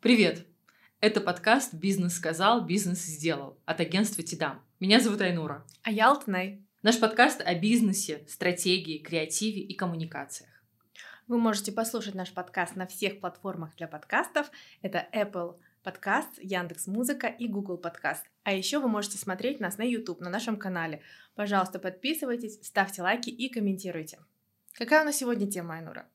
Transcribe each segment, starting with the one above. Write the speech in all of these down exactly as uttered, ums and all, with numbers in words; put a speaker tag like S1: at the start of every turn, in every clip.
S1: Привет! Это подкаст «Бизнес сказал, бизнес сделал» от агентства Тидам. Меня зовут Айнура.
S2: А я Алтынай.
S1: Наш подкаст о бизнесе, стратегии, креативе и коммуникациях.
S2: Вы можете послушать наш подкаст на всех платформах для подкастов. Это Apple Podcast, Яндекс.Музыка и Google Podcast. А еще вы можете смотреть нас на YouTube, на нашем канале. Пожалуйста, подписывайтесь, ставьте лайки и комментируйте. Какая у нас сегодня тема, Айнура?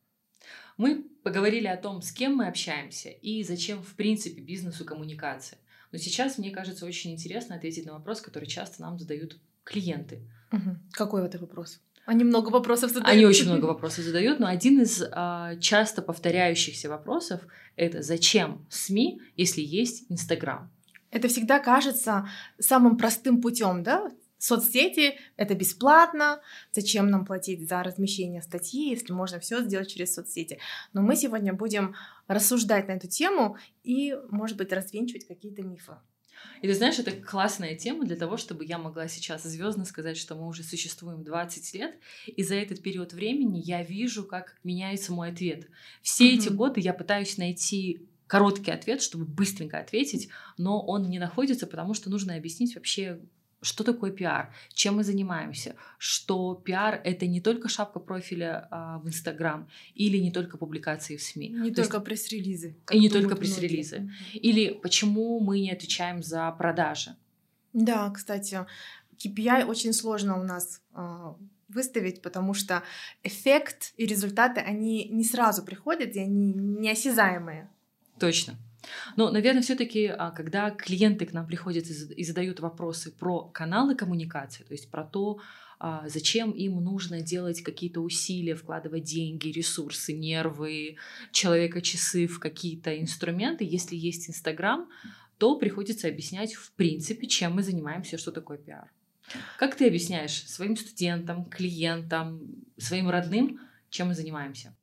S1: Мы поговорили о том, с кем мы общаемся и зачем, в принципе, бизнесу коммуникация. Но сейчас, мне кажется, очень интересно ответить на вопрос, который часто нам задают клиенты.
S2: Угу. Какой это вопрос? Они много вопросов задают.
S1: Они очень много вопросов задают, но один из а, часто повторяющихся вопросов – это зачем СМИ, если есть Инстаграм?
S2: Это всегда кажется самым простым путем, да? Соцсети — это бесплатно, зачем нам платить за размещение статьи, если можно все сделать через соцсети. Но мы сегодня будем рассуждать на эту тему и, может быть, развенчивать какие-то мифы.
S1: И ты знаешь, это классная тема для того, чтобы я могла сейчас звездно сказать, что мы уже существуем двадцать лет, и за этот период времени я вижу, как меняется мой ответ. Все mm-hmm. эти годы я пытаюсь найти короткий ответ, чтобы быстренько ответить, но он не находится, потому что нужно объяснить вообще, что такое пиар, чем мы занимаемся, что пиар — это не только шапка профиля а, в Инстаграм или не только публикации в СМИ.
S2: Не
S1: То
S2: только
S1: есть...
S2: пресс-релизы.
S1: И не только пресс-релизы. Mm-hmm. Или почему мы не отвечаем за продажи.
S2: Да, кстати, кей пи ай очень сложно у нас э, выставить, потому что эффект и результаты, они не сразу приходят, и они неосязаемые.
S1: Точно. Но, наверное, все-таки, когда клиенты к нам приходят и задают вопросы про каналы коммуникации, то есть про то, зачем им нужно делать какие-то усилия, вкладывать деньги, ресурсы, нервы, человека-часы в какие-то инструменты, если есть Инстаграм, то приходится объяснять, в принципе, чем мы занимаемся, что такое пиар. Как ты объясняешь своим студентам, клиентам, своим родным, чем мы занимаемся?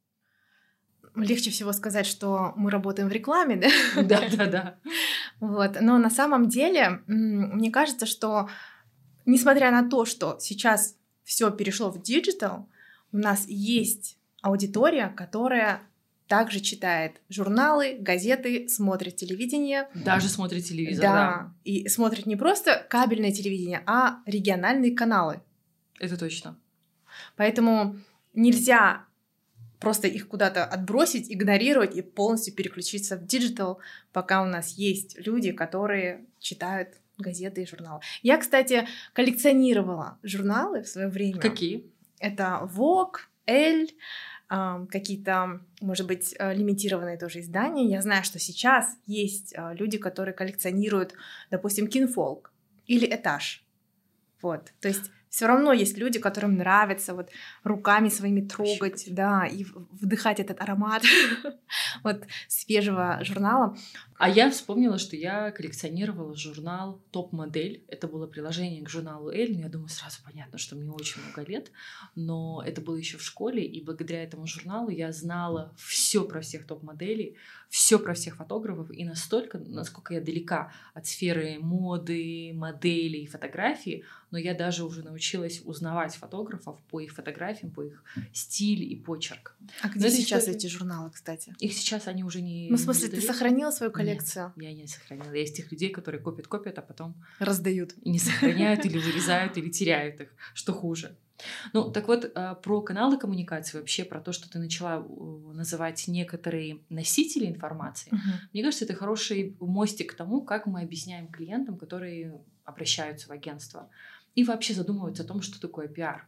S2: Легче всего сказать, что мы работаем в рекламе, да?
S1: Да, да, да.
S2: Вот. Но на самом деле, мне кажется, что несмотря на то, что сейчас все перешло в диджитал, у нас есть аудитория, которая также читает журналы, газеты, смотрит телевидение.
S1: Даже смотрит телевизор,
S2: да.
S1: да.
S2: И смотрит не просто кабельное телевидение, а региональные каналы.
S1: Это точно.
S2: Поэтому нельзя просто их куда-то отбросить, игнорировать и полностью переключиться в диджитал, пока у нас есть люди, которые читают газеты и журналы. Я, кстати, коллекционировала журналы в свое время.
S1: Какие?
S2: Это Vogue, Elle, э, какие-то, может быть, лимитированные тоже издания. Я знаю, что сейчас есть э, люди, которые коллекционируют, допустим, Kinfolk или Этаж. Вот, то есть все равно есть люди, которым нравится вот руками своими трогать, Щипать. Да, и вдыхать этот аромат вот свежего журнала.
S1: А я вспомнила, что я коллекционировала журнал «Топ-модель». Это было приложение к журналу «Эль». Я думаю, сразу понятно, что мне очень много лет, но это было еще в школе, и благодаря этому журналу я знала все про всех топ-моделей, все про всех фотографов, и настолько, насколько я далека от сферы моды, моделей, фотографии, но я даже уже научилась узнавать фотографов по их фотографиям, по их стилю и почерк.
S2: А где но сейчас эти журналы, кстати?
S1: Их сейчас они уже не...
S2: Ну, в смысле,
S1: не
S2: ты сохранила свою коллекцию?
S1: Нет, я не сохранила. Я из тех людей, которые копят, копят, а потом...
S2: Раздают.
S1: И не сохраняют, или вырезают, или теряют их, что хуже. Ну, так вот, про каналы коммуникации, вообще про то, что ты начала называть некоторые носители информации,
S2: uh-huh.
S1: мне кажется, это хороший мостик к тому, как мы объясняем клиентам, которые обращаются в агентство, и вообще задумываются о том, что такое пиар.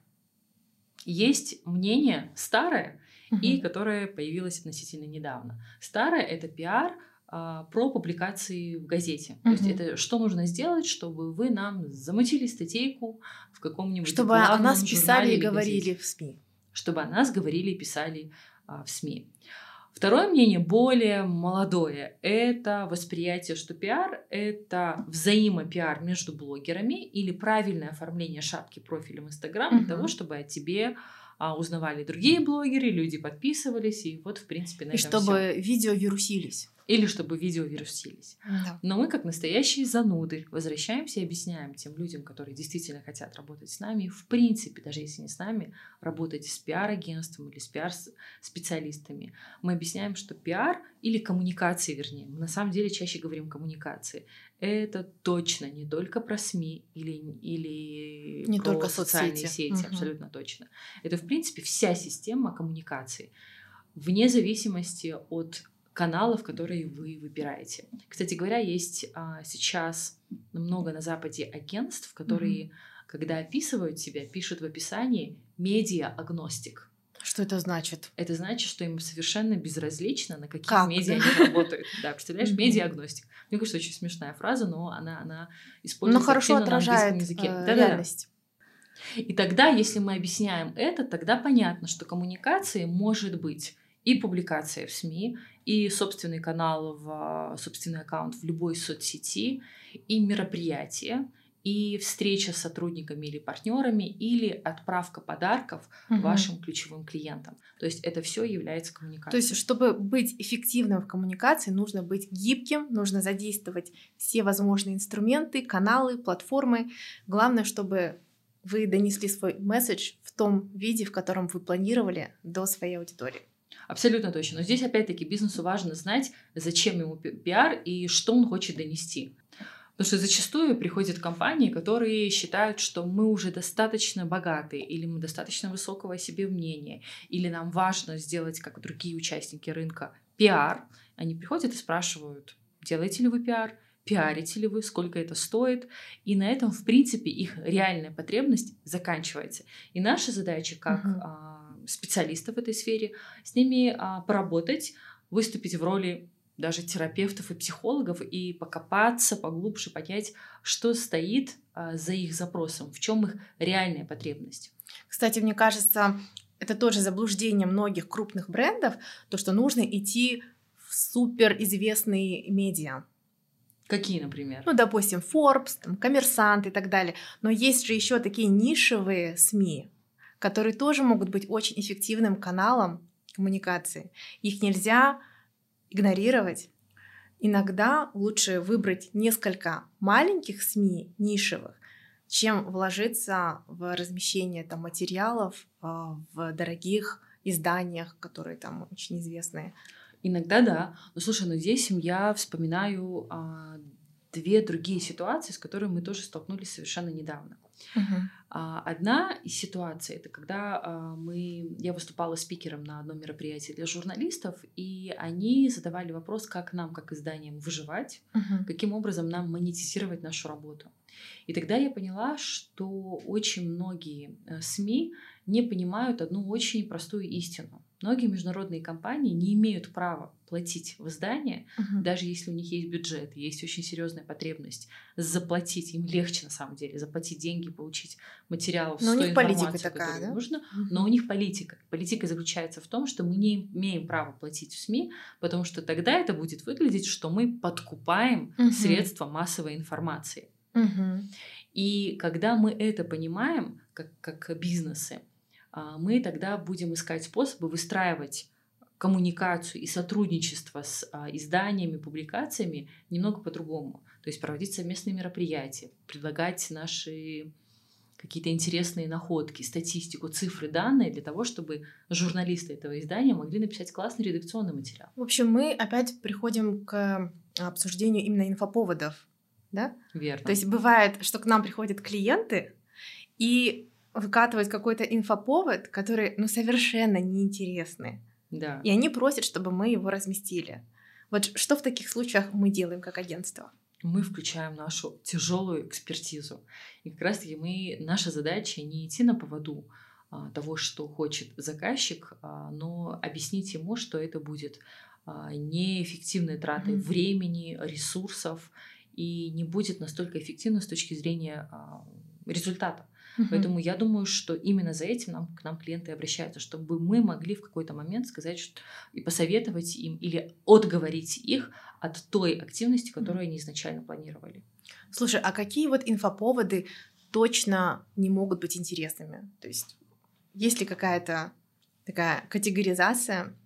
S1: Есть мнение старое, uh-huh. и которое появилось относительно недавно. Старое — это пиар а, про публикации в газете. Uh-huh. То есть это что нужно сделать, чтобы вы нам замутили статейку в каком-нибудь
S2: чтобы о нас писали и говорили в СМИ.
S1: Чтобы о нас говорили и писали а, в СМИ. Второе мнение, более молодое, это восприятие, что пиар — это взаимопиар между блогерами или правильное оформление шапки профиля в Инстаграм uh-huh. для того, чтобы о тебе а, узнавали другие блогеры, люди подписывались, и вот, в принципе, на
S2: и
S1: этом
S2: чтобы
S1: всё.
S2: Видео вирусились.
S1: или чтобы видео вирусились.
S2: Да.
S1: Но мы, как настоящие зануды, возвращаемся и объясняем тем людям, которые действительно хотят работать с нами, в принципе, даже если не с нами, работать с пиар-агентством или с пиар-специалистами. Мы объясняем, что пиар или коммуникации, вернее, мы на самом деле чаще говорим коммуникации. Это точно не только про СМИ или, или
S2: не
S1: про
S2: только
S1: социальные
S2: соцсети.
S1: сети,
S2: Угу.
S1: абсолютно точно. Это, в принципе, вся система коммуникации, вне зависимости от каналов, которые вы выбираете. Кстати говоря, есть а, сейчас много на Западе агентств, которые, mm-hmm. когда описывают себя, пишут в описании «медиа-агностик».
S2: Что это значит?
S1: Это значит, что им совершенно безразлично, на каких
S2: как?
S1: медиа они работают. Да, представляешь, mm-hmm. медиа-агностик. Мне кажется, очень смешная фраза, но она, она используется
S2: хорошо
S1: активно на английском языке.
S2: Э,
S1: Да-да-да.
S2: реальность.
S1: И тогда, если мы объясняем это, тогда понятно, что коммуникация может быть и публикация в СМИ, и собственный канал, в, собственный аккаунт в любой соцсети, и мероприятие, и встреча с сотрудниками или партнерами, или отправка подарков угу. вашим ключевым клиентам. То есть это все является коммуникацией.
S2: То есть, чтобы быть эффективным в коммуникации, нужно быть гибким, нужно задействовать все возможные инструменты, каналы, платформы. Главное, чтобы вы донесли свой месседж в том виде, в котором вы планировали, до своей аудитории.
S1: Абсолютно точно. Но здесь, опять-таки, бизнесу важно знать, зачем ему пиар и что он хочет донести. Потому что зачастую приходят компании, которые считают, что мы уже достаточно богаты, или мы достаточно высокого о себе мнения, или нам важно сделать, как другие участники рынка, пиар. Они приходят и спрашивают, делаете ли вы пиар, пиарите ли вы, сколько это стоит. И на этом, в принципе, их реальная потребность заканчивается. И наша задача, как uh-huh. специалистов в этой сфере, с ними поработать, выступить в роли даже терапевтов и психологов и покопаться поглубже, понять, что стоит а, за их запросом, в чем их реальная потребность.
S2: Кстати, мне кажется, это тоже заблуждение многих крупных брендов, то, что нужно идти в суперизвестные медиа.
S1: Какие, например?
S2: Ну, допустим, Forbes, там, Коммерсант и так далее. Но есть же еще такие нишевые СМИ, которые тоже могут быть очень эффективным каналом коммуникации. Их нельзя игнорировать. Иногда лучше выбрать несколько маленьких СМИ, нишевых, чем вложиться в размещение там, материалов э, в дорогих изданиях, которые там очень известные.
S1: Иногда да. Но слушай, ну здесь я вспоминаю а, две другие ситуации, с которыми мы тоже столкнулись совершенно недавно.
S2: Uh-huh.
S1: Одна из ситуаций — это когда мы, я выступала спикером на одном мероприятии для журналистов, и они задавали вопрос, как нам, как изданиям, выживать, uh-huh. каким образом нам монетизировать нашу работу. И тогда я поняла, что очень многие СМИ не понимают одну очень простую истину. Многие международные компании не имеют права платить в издание, uh-huh. даже если у них есть бюджет, есть очень серьезная потребность заплатить, им легче на самом деле заплатить деньги, получить материалов с той информацией, которую
S2: да?
S1: нужно,
S2: uh-huh.
S1: но у них политика. Политика заключается в том, что мы не имеем права платить в СМИ, потому что тогда это будет выглядеть, что мы подкупаем uh-huh. средства массовой информации.
S2: Uh-huh.
S1: И когда мы это понимаем, как, как бизнесы, мы тогда будем искать способы выстраивать коммуникацию и сотрудничество с изданиями, публикациями немного по-другому. То есть проводить совместные мероприятия, предлагать наши какие-то интересные находки, статистику, цифры, данные для того, чтобы журналисты этого издания могли написать классный редакционный материал.
S2: В общем, мы опять приходим к обсуждению именно инфоповодов, да?
S1: Верно.
S2: То есть бывает, что к нам приходят клиенты и выкатывают какой-то инфоповод, который, ну, совершенно неинтересный.
S1: Да.
S2: И они просят, чтобы мы его разместили. Вот что в таких случаях мы делаем как агентство?
S1: Мы включаем нашу тяжелую экспертизу. И как раз-таки мы, наша задача не идти на поводу а, того, что хочет заказчик, а, но объяснить ему, что это будет а, неэффективной тратой mm-hmm. времени, ресурсов и не будет настолько эффективно с точки зрения а, результата. Uh-huh. Поэтому я думаю, что именно за этим нам, к нам клиенты обращаются, чтобы мы могли в какой-то момент сказать что, и посоветовать им или отговорить их от той активности, которую uh-huh. они изначально планировали.
S2: Слушай, а какие вот инфоповоды точно не могут быть интересными? То есть есть ли какая-то такая категоризация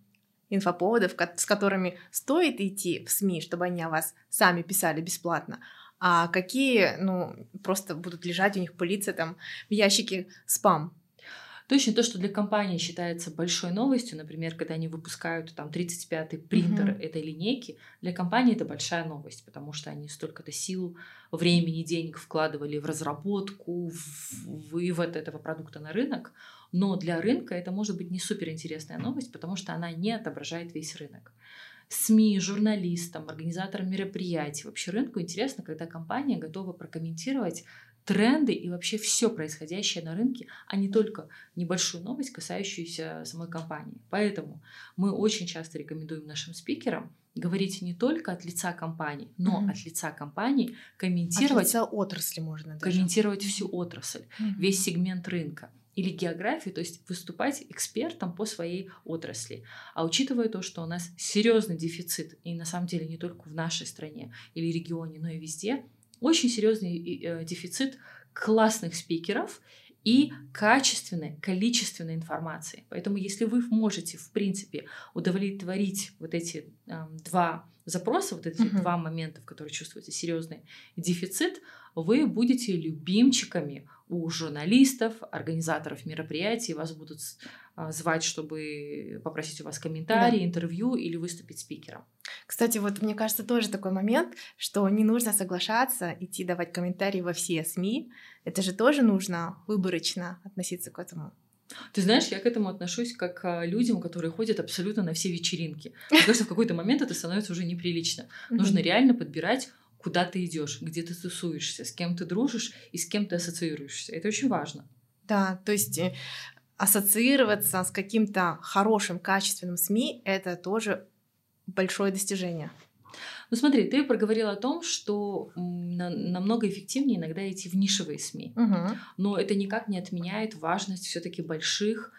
S2: инфоповодов, с которыми стоит идти в СМИ, чтобы они о вас сами писали бесплатно, а какие, ну, просто будут лежать у них, пылиться там в ящике спам.
S1: Точно то, что для компании считается большой новостью, например, когда они выпускают там тридцать пятый принтер uh-huh. этой линейки, для компании это большая новость, потому что они столько-то сил, времени, денег вкладывали в разработку, в вывод этого продукта на рынок, но для рынка это может быть не суперинтересная новость, потому что она не отображает весь рынок. СМИ, журналистам, организаторам мероприятий, вообще рынку интересно, когда компания готова прокомментировать тренды и вообще все происходящее на рынке, а не только небольшую новость, касающуюся самой компании. Поэтому мы очень часто рекомендуем нашим спикерам говорить не только от лица компании, но mm-hmm. от лица компании комментировать...
S2: От лица отрасли можно даже.
S1: Комментировать всю отрасль, mm-hmm. весь сегмент рынка или географию, то есть выступать экспертом по своей отрасли. А учитывая то, что у нас серьезный дефицит, и на самом деле не только в нашей стране или регионе, но и везде, очень серьезный э, дефицит классных спикеров и качественной, количественной информации. Поэтому если вы можете, в принципе, удовлетворить вот эти э, два запроса, вот эти uh-huh. два момента, в которых чувствуете серьезный дефицит, вы будете любимчиками у журналистов, организаторов мероприятий, вас будут э, звать, чтобы попросить у вас комментарии, да. интервью или выступить спикером.
S2: Кстати, вот мне кажется, тоже такой момент, что не нужно соглашаться идти давать комментарии во все СМИ. Это же тоже нужно выборочно относиться к этому.
S1: Ты знаешь, я к этому отношусь как к людям, которые ходят абсолютно на все вечеринки. Мне кажется, в какой-то момент это становится уже неприлично. Нужно реально подбирать, куда ты идешь, где ты тусуешься, с кем ты дружишь и с кем ты ассоциируешься. Это очень важно.
S2: Да, то есть ассоциироваться с каким-то хорошим, качественным СМИ — это тоже большое достижение.
S1: Ну смотри, ты проговорила о том, что на, намного эффективнее иногда идти в нишевые СМИ,
S2: угу.
S1: но это никак не отменяет важность все-таки больших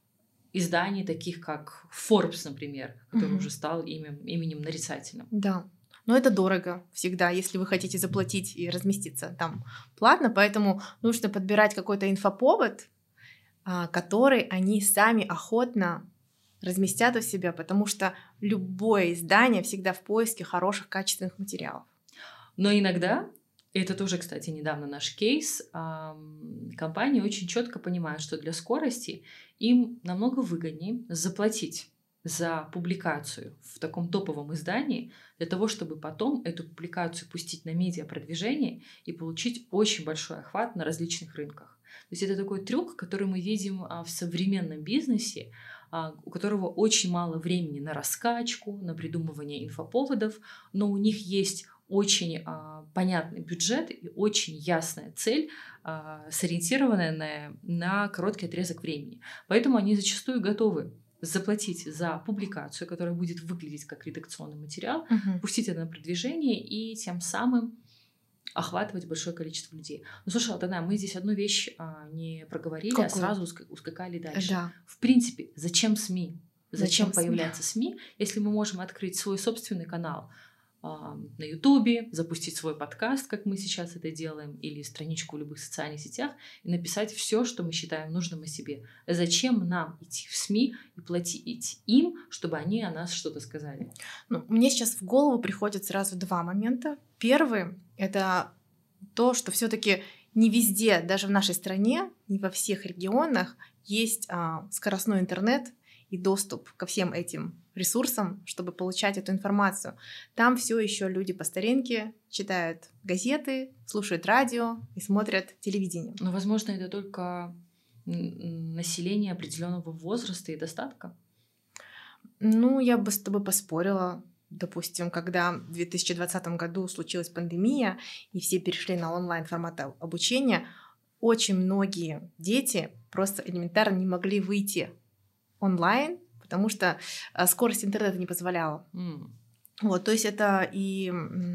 S1: изданий, таких как Forbes, например, который угу. уже стал именем, именем нарицательным.
S2: Да, но это дорого всегда, если вы хотите заплатить и разместиться там платно, поэтому нужно подбирать какой-то инфоповод, который они сами охотно разместят у себя, потому что любое издание всегда в поиске хороших, качественных материалов.
S1: Но иногда, это тоже, кстати, недавно наш кейс, компании очень четко понимают, что для скорости им намного выгоднее заплатить за публикацию в таком топовом издании, для того, чтобы потом эту публикацию пустить на медиапродвижение и получить очень большой охват на различных рынках. То есть это такой трюк, который мы видим в современном бизнесе, у которого очень мало времени на раскачку, на придумывание инфоповодов, но у них есть очень а, понятный бюджет и очень ясная цель, а, сориентированная на, на короткий отрезок времени. Поэтому они зачастую готовы заплатить за публикацию, которая будет выглядеть как редакционный материал, uh-huh. пустить это на продвижение и тем самым охватывать большое количество людей. Ну, слушай, Алтана, мы здесь одну вещь а, не проговорили, Какую? а сразу уск- ускакали дальше.
S2: Да.
S1: В принципе, зачем СМИ? Зачем,
S2: зачем
S1: появляться СМИ? СМИ, если мы можем открыть свой собственный канал а, на Ютубе, запустить свой подкаст, как мы сейчас это делаем, или страничку в любых социальных сетях, и написать все, что мы считаем нужным о себе. Зачем нам идти в СМИ и платить им, чтобы они о нас что-то сказали?
S2: Ну, мне сейчас в голову приходят сразу два момента. Первый — это то, что все-таки не везде, даже в нашей стране, не во всех регионах есть а, скоростной интернет и доступ ко всем этим ресурсам, чтобы получать эту информацию. Там все еще люди по старинке читают газеты, слушают радио и смотрят телевидение.
S1: Но, возможно, это только население определенного возраста и достатка.
S2: Ну, я бы с тобой поспорила. Допустим, когда в две тысячи двадцатом году случилась пандемия, и все перешли на онлайн-формат обучения, очень многие дети просто элементарно не могли выйти онлайн, потому что скорость интернета не позволяла.
S1: Mm.
S2: Вот, то есть это и,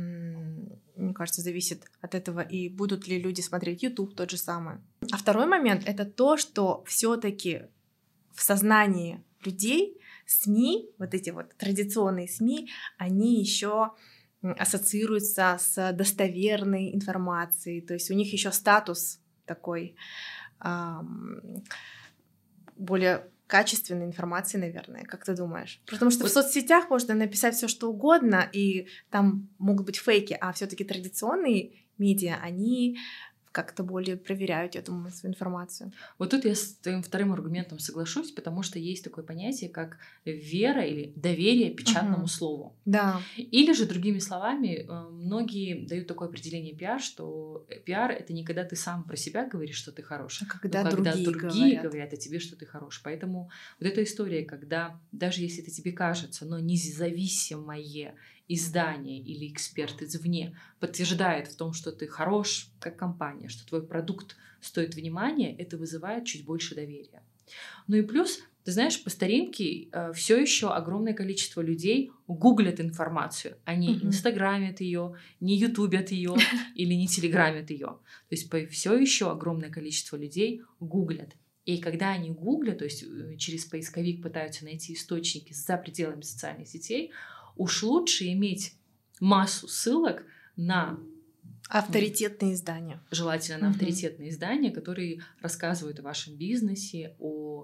S2: мне кажется, зависит от этого, и будут ли люди смотреть YouTube тот же самый. А второй момент — это то, что все-таки в сознании людей СМИ, вот эти вот традиционные СМИ, они еще ассоциируются с достоверной информацией, то есть у них еще статус такой эм, более качественной информации, наверное, как ты думаешь? Потому что вот в соцсетях можно написать все, что угодно, и там могут быть фейки, а все-таки традиционные медиа, они как-то более проверяют, я думаю, свою информацию.
S1: Вот тут я с твоим вторым аргументом соглашусь, потому что есть такое понятие, как вера или доверие печатному uh-huh. слову.
S2: Да.
S1: Или же, другими словами, многие дают такое определение пиар, что пиар — это не когда ты сам про себя говоришь, что ты хорош,
S2: а когда,
S1: но когда
S2: другие,
S1: другие
S2: говорят.
S1: говорят о тебе, что ты хорош. Поэтому вот эта история, когда даже если это тебе кажется, но независимое издание или эксперт извне подтверждает в том, что ты хорош как компания, что твой продукт стоит внимания, это вызывает чуть больше доверия. Ну и плюс, ты знаешь, по старинке э, все еще огромное количество людей гуглят информацию, они uh-huh. инстаграмят ее, не ютубят ее или не телеграмят ее. То есть все еще огромное количество людей гуглят. И когда они гуглят, то есть через поисковик пытаются найти источники за пределами социальных сетей, уж лучше иметь массу ссылок на
S2: авторитетные издания.
S1: Желательно на угу. авторитетные издания, которые рассказывают о вашем бизнесе, о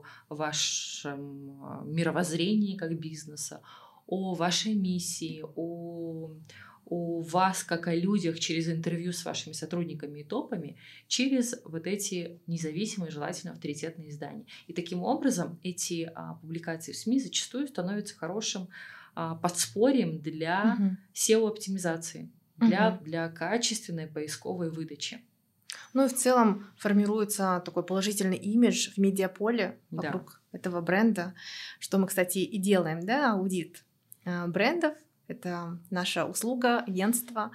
S1: вашем мировоззрении как бизнеса, о вашей миссии, о, о вас как о людях через интервью с вашими сотрудниками и топами, через вот эти независимые, желательно авторитетные издания. И таким образом эти а, публикации в СМИ зачастую становятся хорошим подспорьем для uh-huh. сео-оптимизации, для, uh-huh. для качественной поисковой выдачи.
S2: Ну и в целом формируется такой положительный имидж в медиаполе вокруг да. этого бренда, что мы, кстати, и делаем, да, аудит брендов. Это наша услуга, агентство.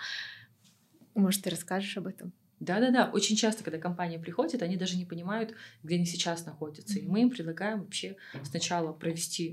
S2: Может, ты расскажешь об этом?
S1: Да-да-да, очень часто, когда компания приходит, они даже не понимают, где они сейчас находятся. Mm-hmm. И мы им предлагаем вообще сначала провести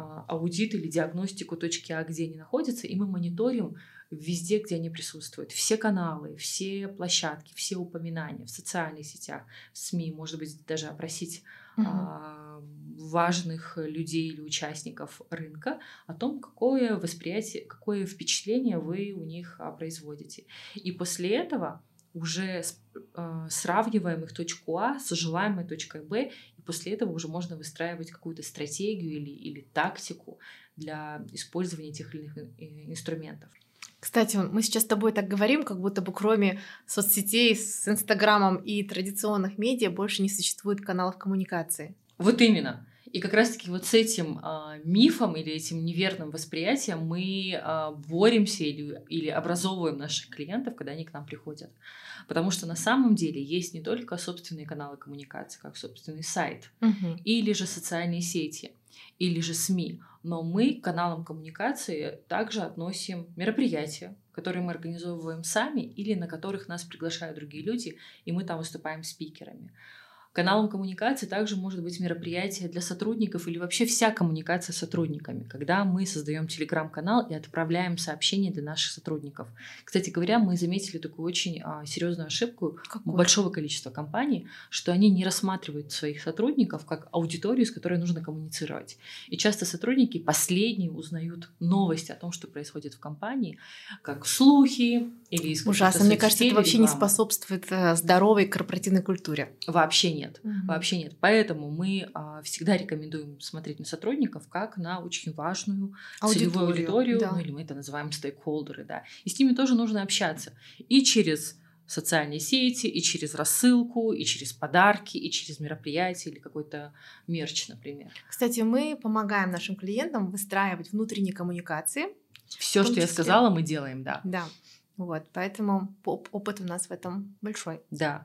S1: аудит или диагностику точки А, где они находятся, и мы мониторим везде, где они присутствуют. Все каналы, все площадки, все упоминания в социальных сетях, в СМИ, может быть, даже опросить uh-huh. а, важных людей или участников рынка о том, какое восприятие, какое впечатление вы у них а, производите. И после этого уже э, сравниваем их точку А с желаемой точкой Б, и после этого уже можно выстраивать какую-то стратегию или, или тактику для использования тех или иных инструментов.
S2: Кстати, мы сейчас с тобой так говорим, как будто бы кроме соцсетей с Инстаграмом и традиционных медиа больше не существует каналов коммуникации.
S1: Вот именно. И как раз-таки вот с этим э, мифом или этим неверным восприятием мы э, боремся или, или образовываем наших клиентов, когда они к нам приходят. Потому что на самом деле есть не только собственные каналы коммуникации, как собственный сайт, uh-huh. или же социальные сети, или же СМИ. Но мы к каналам коммуникации также относим мероприятия, которые мы организовываем сами или на которых нас приглашают другие люди, и мы там выступаем спикерами. Каналом коммуникации также может быть мероприятие для сотрудников или вообще вся коммуникация с сотрудниками, когда мы создаем телеграм-канал и отправляем сообщения для наших сотрудников. Кстати говоря, мы заметили такую очень а, серьезную ошибку Какой? большого количества компаний, что они не рассматривают своих сотрудников как аудиторию, с которой нужно коммуницировать. И часто сотрудники последние узнают новости о том, что происходит в компании, как слухи или из
S2: Ужасно. Мне кажется, это вообще не способствует здоровой корпоративной культуре.
S1: Вообще нет. Нет, mm-hmm. вообще нет. Поэтому мы а, всегда рекомендуем смотреть на сотрудников как на очень важную аудиторию, целевую аудиторию, да. ну или мы это называем стейкхолдеры, да. И с ними тоже нужно общаться. И через социальные сети, и через рассылку, и через подарки, и через мероприятия или какой-то мерч, например.
S2: Кстати, мы помогаем нашим клиентам выстраивать внутренние коммуникации.
S1: Все, что я сказала, мы делаем, да.
S2: Да. Вот, поэтому опыт у нас в этом большой.
S1: Да.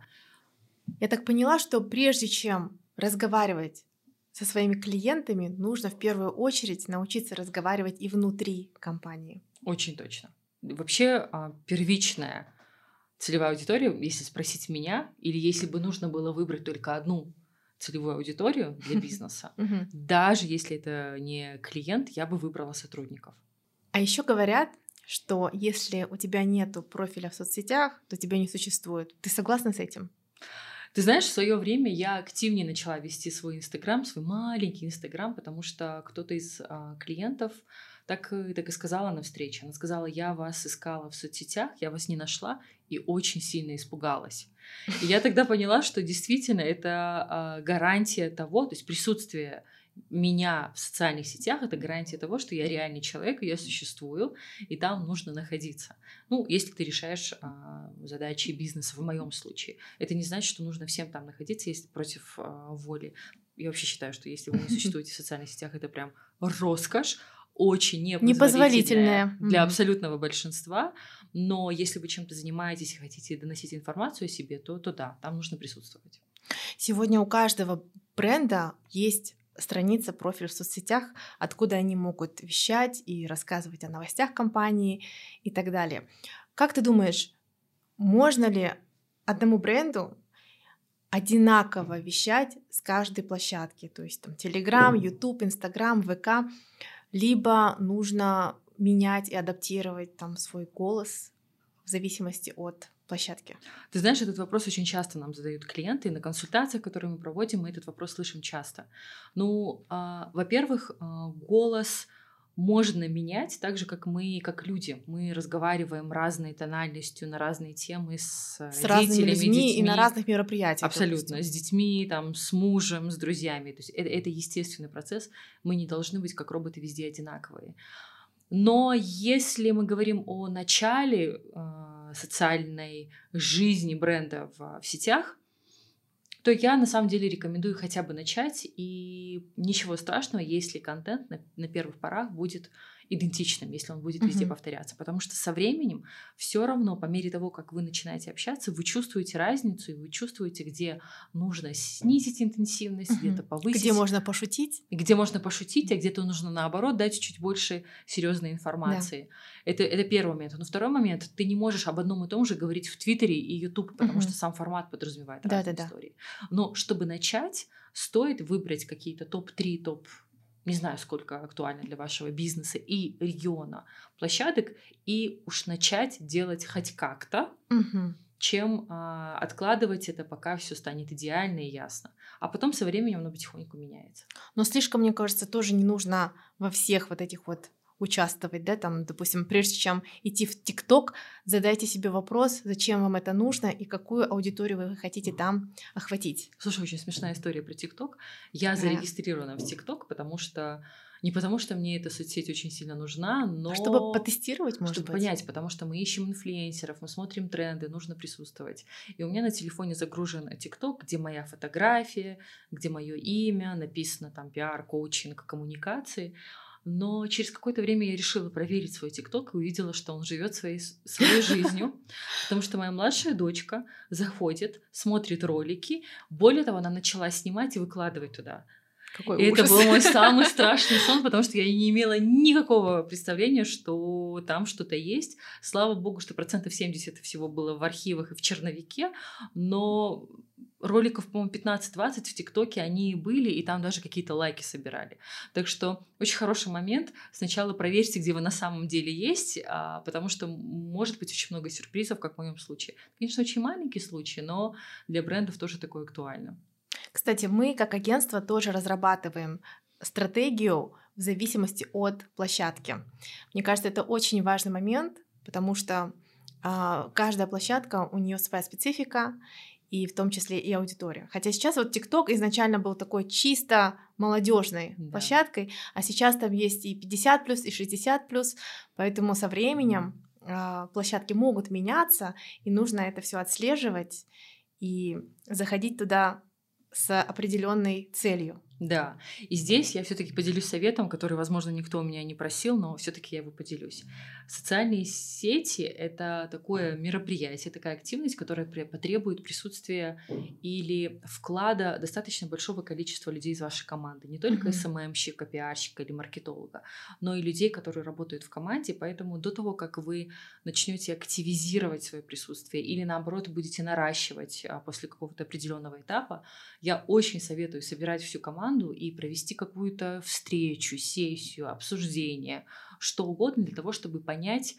S2: Я так поняла, что прежде чем разговаривать со своими клиентами, нужно в первую очередь научиться разговаривать и внутри компании.
S1: Очень точно. Вообще первичная целевая аудитория, если спросить меня, или если бы нужно было выбрать только одну целевую аудиторию для бизнеса, даже если это не клиент, я бы выбрала сотрудников.
S2: А еще говорят, что если у тебя нету профиля в соцсетях, то тебя не существует. Ты согласна с этим?
S1: Ты знаешь, в свое время я активнее начала вести свой Инстаграм, свой маленький Инстаграм, потому что кто-то из а, клиентов так, так и сказала на встрече. Она сказала: я вас искала в соцсетях, я вас не нашла и очень сильно испугалась. И я тогда поняла, что действительно это а, гарантия того, то есть присутствие меня в социальных сетях — это гарантия того, что я реальный человек, и я существую, и там нужно находиться. Ну, если ты решаешь а, задачи бизнеса, в моем случае. Это не значит, что нужно всем там находиться, если против а, воли. Я вообще считаю, что если вы не существуете в социальных сетях, это прям роскошь, очень непозволительная для mm-hmm. абсолютного большинства. Но если вы чем-то занимаетесь и хотите доносить информацию о себе, то, то да, там нужно присутствовать.
S2: Сегодня у каждого бренда есть страница, профиль в соцсетях, откуда они могут вещать и рассказывать о новостях компании и так далее. Как ты думаешь, можно ли одному бренду одинаково вещать с каждой площадки? То есть там Telegram, YouTube, Instagram, ви кей, либо нужно менять и адаптировать там свой голос в зависимости от площадки?
S1: Ты знаешь, этот вопрос очень часто нам задают клиенты, и на консультациях, которые мы проводим, мы этот вопрос слышим часто. Ну, а, во-первых, а, голос можно менять так же, как мы, как люди. Мы разговариваем разной тональностью на разные темы с,
S2: с разными людьми детьми, и на разных мероприятиях.
S1: Абсолютно. Допустим. С детьми, там, с мужем, с друзьями. То есть это, это естественный процесс. Мы не должны быть как роботы везде одинаковые. Но если мы говорим о начале э, социальной жизни бренда в, в сетях, то я на самом деле рекомендую хотя бы начать, и ничего страшного, если контент на, на первых порах будет идентичным, если он будет везде uh-huh. повторяться. Потому что со временем все равно, по мере того, как вы начинаете общаться, вы чувствуете разницу, и вы чувствуете, где нужно снизить интенсивность, uh-huh. где-то повысить.
S2: Где можно пошутить.
S1: Где можно пошутить, а где-то нужно, наоборот, дать чуть больше серьезной информации. Да. Это, это первый момент. Но второй момент, ты не можешь об одном и том же говорить в Твиттере и Ютубе, потому uh-huh. что сам формат подразумевает
S2: да,
S1: разные
S2: да,
S1: истории. Да. Но чтобы начать, стоит выбрать какие-то топ-три, топ не знаю, сколько актуально для вашего бизнеса и региона площадок, и уж начать делать хоть как-то,
S2: угу.
S1: чем а, откладывать это, пока все станет идеально и ясно. А потом со временем оно потихоньку меняется.
S2: Но слишком, мне кажется, тоже не нужно во всех вот этих вот участвовать, да, там, допустим, прежде чем идти в ТикТок, задайте себе вопрос, зачем вам это нужно и какую аудиторию вы хотите там охватить.
S1: Слушай, очень смешная история про ТикТок. Я зарегистрирована в ТикТок, потому что не потому, что мне эта соцсеть очень сильно нужна, но...
S2: А чтобы потестировать, может
S1: чтобы
S2: быть?
S1: понять, потому что мы ищем инфлюенсеров, мы смотрим тренды, нужно присутствовать. И у меня на телефоне загружен ТикТок, где моя фотография, где мое имя, написано там пиар, коучинг, коммуникации. Но через какое-то время я решила проверить свой ТикТок и увидела, что он живет своей, своей жизнью, потому что моя младшая дочка заходит, смотрит ролики, более того, она начала снимать и выкладывать туда.
S2: Какой
S1: и
S2: ужас.
S1: Это был мой самый страшный сон, потому что я не имела никакого представления, что там что-то есть. Слава богу, что процентов семьдесят всего было в архивах и в черновике, но роликов, по-моему, пятнадцать-двадцать в ТикТоке они и были, и там даже какие-то лайки собирали. Так что очень хороший момент. Сначала проверьте, где вы на самом деле есть, а, потому что может быть очень много сюрпризов, как в моем случае. Конечно, очень маленький случай, но для брендов тоже такое актуально.
S2: Кстати, мы как агентство тоже разрабатываем стратегию в зависимости от площадки. Мне кажется, это очень важный момент, потому что а, каждая площадка, у нее своя специфика, и в том числе и аудитория. Хотя сейчас вот ТикТок изначально был такой чисто молодежной да. площадкой, а сейчас там есть и пятьдесят плюс, и шестьдесят плюс, поэтому со временем э, площадки могут меняться, и нужно это все отслеживать и заходить туда с определенной целью.
S1: Да, и здесь я все-таки поделюсь советом, который, возможно, никто у меня не просил, но все-таки я его поделюсь. Социальные сети — это такое мероприятие, такая активность, которая потребует присутствия или вклада достаточно большого количества людей из вашей команды. Не только эс эм эм-щика, пиарщика или маркетолога, но и людей, которые работают в команде. Поэтому до того, как вы начнете активизировать свое присутствие или, наоборот, будете наращивать после какого-то определенного этапа, я очень советую собирать всю команду и провести какую-то встречу, сессию, обсуждение, что угодно для того, чтобы понять,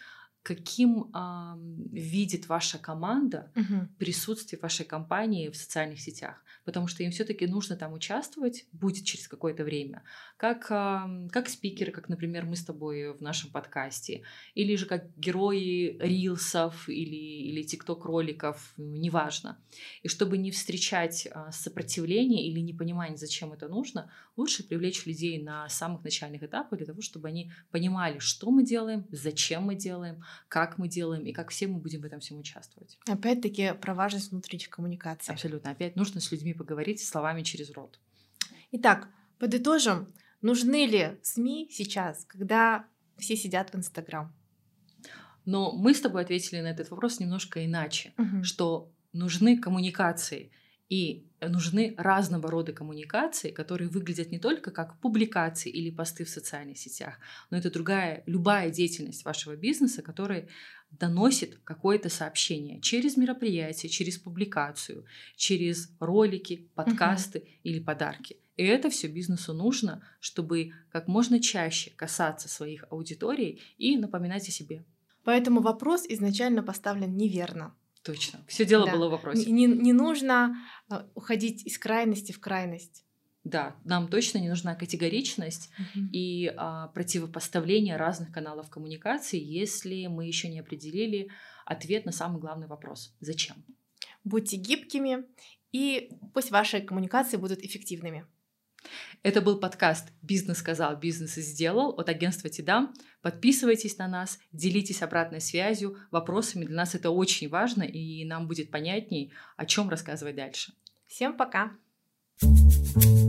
S1: каким а, видит ваша команда
S2: Мгм.
S1: присутствие вашей компании в социальных сетях, потому что им все-таки нужно там участвовать, будет через какое-то время, как, а, как спикеры, как, например, мы с тобой в нашем подкасте, или же как герои рилсов или, или тикток-роликов, неважно. И чтобы не встречать а, сопротивление или непонимание, зачем это нужно, лучше привлечь людей на самых начальных этапах для того, чтобы они понимали, что мы делаем, зачем мы делаем, как мы делаем и как все мы будем в этом всем участвовать.
S2: Опять-таки про важность внутренних коммуникаций.
S1: Абсолютно. Опять нужно с людьми поговорить словами через рот.
S2: Итак, подытожим. Нужны ли СМИ сейчас, когда все сидят в Инстаграм?
S1: Но мы с тобой ответили на этот вопрос немножко иначе,
S2: Мгм.
S1: что нужны коммуникации и нужны разного рода коммуникации, которые выглядят не только как публикации или посты в социальных сетях, но это другая, любая деятельность вашего бизнеса, которая доносит какое-то сообщение через мероприятие, через публикацию, через ролики, подкасты или подарки. И это все бизнесу нужно, чтобы как можно чаще касаться своих аудиторий и напоминать о себе.
S2: Поэтому вопрос изначально поставлен неверно.
S1: Точно. Все дело
S2: Да.
S1: было в вопросе.
S2: Не, не нужно а, уходить из крайности в крайность.
S1: Да, нам точно не нужна категоричность
S2: Мгм.
S1: и а, противопоставление разных каналов коммуникации, если мы еще не определили ответ на самый главный вопрос. Зачем?
S2: Будьте гибкими, и пусть ваши коммуникации будут эффективными.
S1: Это был подкаст «Бизнес сказал, бизнес и сделал» от агентства Тидам. Подписывайтесь на нас, делитесь обратной связью, вопросами. Для нас это очень важно, и нам будет понятней, о чем рассказывать дальше.
S2: Всем пока!